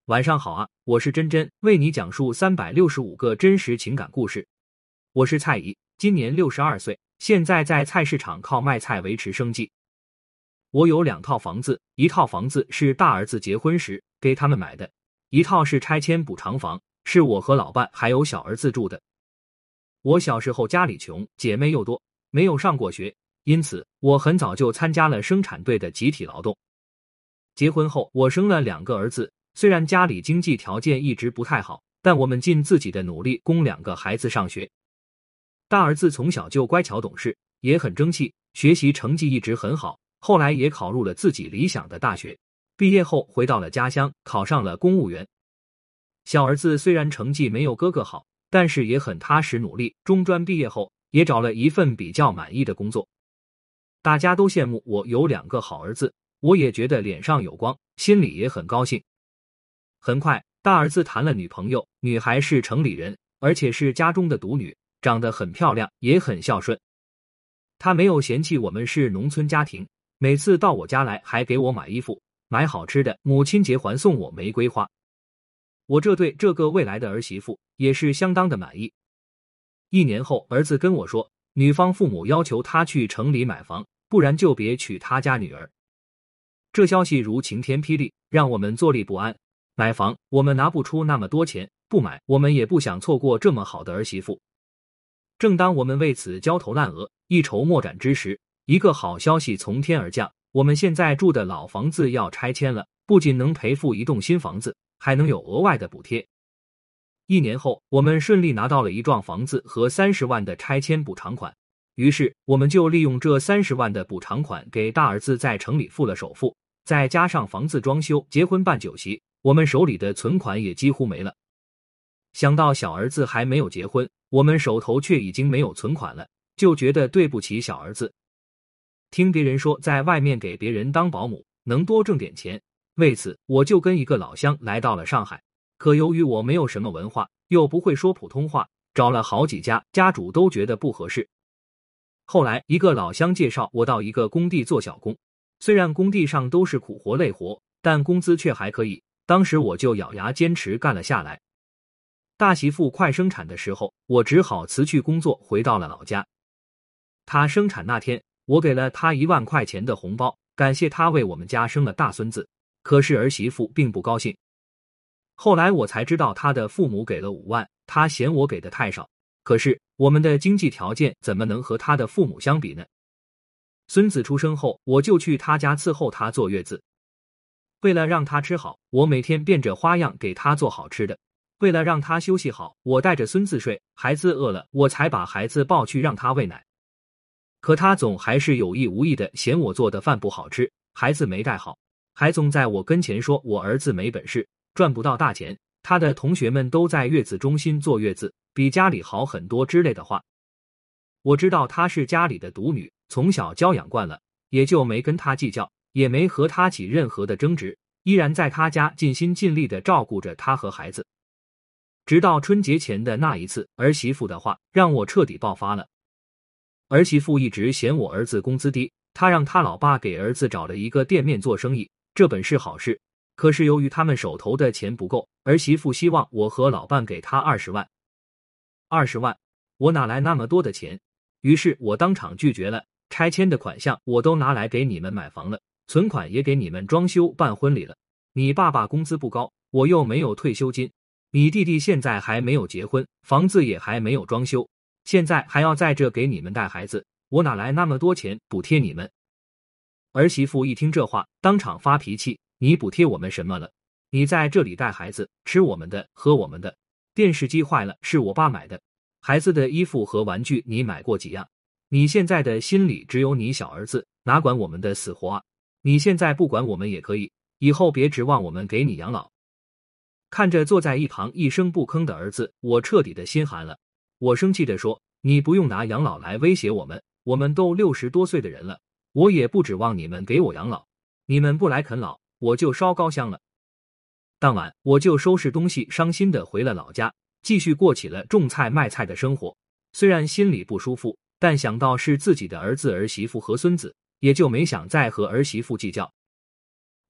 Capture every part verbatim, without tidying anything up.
晚上好啊，我是真真，为你讲述三百六十五个真实情感故事。我是蔡姨，今年六十二岁，现在在菜市场靠卖菜维持生计。我有两套房子，一套房子是大儿子结婚时给他们买的，一套是拆迁补偿房，是我和老伴还有小儿子住的。我小时候家里穷，姐妹又多，没有上过学，因此我很早就参加了生产队的集体劳动。结婚后，我生了两个儿子，虽然家里经济条件一直不太好，但我们尽自己的努力供两个孩子上学。大儿子从小就乖巧懂事，也很争气，学习成绩一直很好，后来也考入了自己理想的大学。毕业后回到了家乡，考上了公务员。小儿子虽然成绩没有哥哥好，但是也很踏实努力，中专毕业后也找了一份比较满意的工作。大家都羡慕我有两个好儿子，我也觉得脸上有光，心里也很高兴。很快，大儿子谈了女朋友，女孩是城里人，而且是家中的独女，长得很漂亮，也很孝顺。她没有嫌弃我们是农村家庭，每次到我家来还给我买衣服，买好吃的，母亲节还送我玫瑰花。我这对这个未来的儿媳妇也是相当的满意。一年后，儿子跟我说，女方父母要求他去城里买房，不然就别娶他家女儿。这消息如晴天霹雳，让我们坐立不安。买房我们拿不出那么多钱，不买我们也不想错过这么好的儿媳妇。正当我们为此焦头烂额，一筹莫展之时，一个好消息从天而降，我们现在住的老房子要拆迁了，不仅能赔付一栋新房子，还能有额外的补贴。一年后，我们顺利拿到了一幢房子和三十万的拆迁补偿款，于是我们就利用这三十万的补偿款给大儿子在城里付了首付，再加上房子装修、结婚办酒席，我们手里的存款也几乎没了。想到小儿子还没有结婚，我们手头却已经没有存款了，就觉得对不起小儿子。听别人说在外面给别人当保姆能多挣点钱，为此我就跟一个老乡来到了上海。可由于我没有什么文化，又不会说普通话，找了好几家，家主都觉得不合适。后来一个老乡介绍我到一个工地做小工，虽然工地上都是苦活累活，但工资却还可以，当时我就咬牙坚持干了下来。大媳妇快生产的时候，我只好辞去工作回到了老家。她生产那天，我给了她一万块钱的红包，感谢她为我们家生了大孙子。可是儿媳妇并不高兴。后来我才知道她的父母给了五万，她嫌我给的太少。可是我们的经济条件怎么能和她的父母相比呢？孙子出生后，我就去她家伺候她坐月子。为了让她吃好，我每天变着花样给她做好吃的。为了让她休息好，我带着孙子睡，孩子饿了，我才把孩子抱去让她喂奶。可她总还是有意无意的嫌我做的饭不好吃，孩子没带好，还总在我跟前说我儿子没本事，赚不到大钱，他的同学们都在月子中心坐月子，比家里好很多之类的话。我知道她是家里的独女，从小教养惯了，也就没跟她计较，也没和她起任何的争执，依然在她家尽心尽力的照顾着她和孩子。直到春节前的那一次，儿媳妇的话让我彻底爆发了。儿媳妇一直嫌我儿子工资低，她让她老爸给儿子找了一个店面做生意，这本是好事。可是由于他们手头的钱不够，儿媳妇希望我和老伴给她二十万。二十万，我哪来那么多的钱？于是我当场拒绝了，拆迁的款项我都拿来给你们买房了，存款也给你们装修办婚礼了。你爸爸工资不高，我又没有退休金，你弟弟现在还没有结婚，房子也还没有装修，现在还要在这给你们带孩子，我哪来那么多钱补贴你们？儿媳妇一听这话，当场发脾气，你补贴我们什么了？你在这里带孩子，吃我们的，喝我们的，电视机坏了是我爸买的，孩子的衣服和玩具你买过几样？你现在的心里只有你小儿子，哪管我们的死活啊？你现在不管我们也可以，以后别指望我们给你养老。看着坐在一旁一声不吭的儿子，我彻底的心寒了。我生气地说，你不用拿养老来威胁我们，我们都六十多岁的人了，我也不指望你们给我养老，你们不来啃老，我就烧高香了。当晚我就收拾东西，伤心的回了老家，继续过起了种菜卖菜的生活。虽然心里不舒服，但想到是自己的儿子儿媳妇和孙子，也就没想再和儿媳妇计较。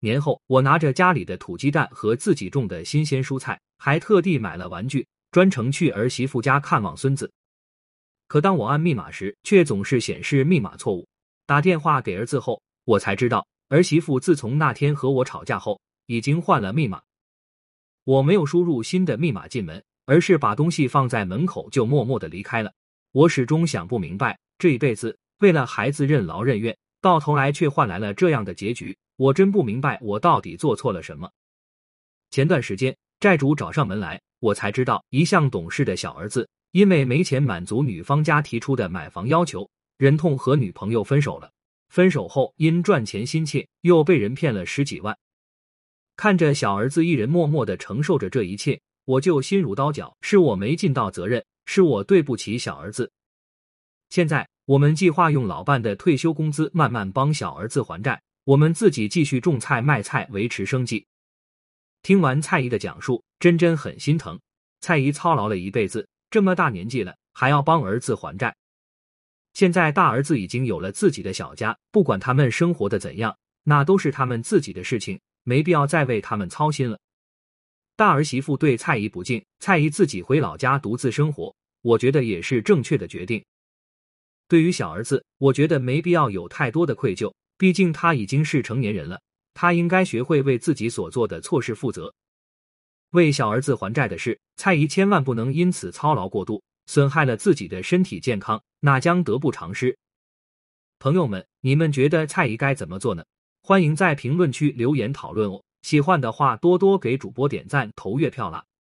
年后，我拿着家里的土鸡蛋和自己种的新鲜蔬菜，还特地买了玩具，专程去儿媳妇家看望孙子。可当我按密码时，却总是显示密码错误。打电话给儿子后，我才知道儿媳妇自从那天和我吵架后，已经换了密码。我没有输入新的密码进门，而是把东西放在门口就默默地离开了。我始终想不明白，这一辈子为了孩子任劳任怨，到头来却换来了这样的结局，我真不明白我到底做错了什么。前段时间债主找上门来，我才知道一向懂事的小儿子因为没钱满足女方家提出的买房要求，忍痛和女朋友分手了。分手后因赚钱心切，又被人骗了十几万。看着小儿子一人默默地承受着这一切，我就心如刀绞，是我没尽到责任，是我对不起小儿子。现在我们计划用老伴的退休工资慢慢帮小儿子还债，我们自己继续种菜卖菜维持生计。听完蔡姨的讲述，真真很心疼。蔡姨操劳了一辈子，这么大年纪了，还要帮儿子还债。现在大儿子已经有了自己的小家，不管他们生活的怎样，那都是他们自己的事情，没必要再为他们操心了。大儿媳妇对蔡姨不敬，蔡姨自己回老家独自生活，我觉得也是正确的决定。对于小儿子，我觉得没必要有太多的愧疚，毕竟他已经是成年人了，他应该学会为自己所做的错事负责。为小儿子还债的事，蔡姨千万不能因此操劳过度，损害了自己的身体健康，那将得不偿失。朋友们，你们觉得蔡姨该怎么做呢？欢迎在评论区留言讨论哦。喜欢的话多多给主播点赞投月票啦。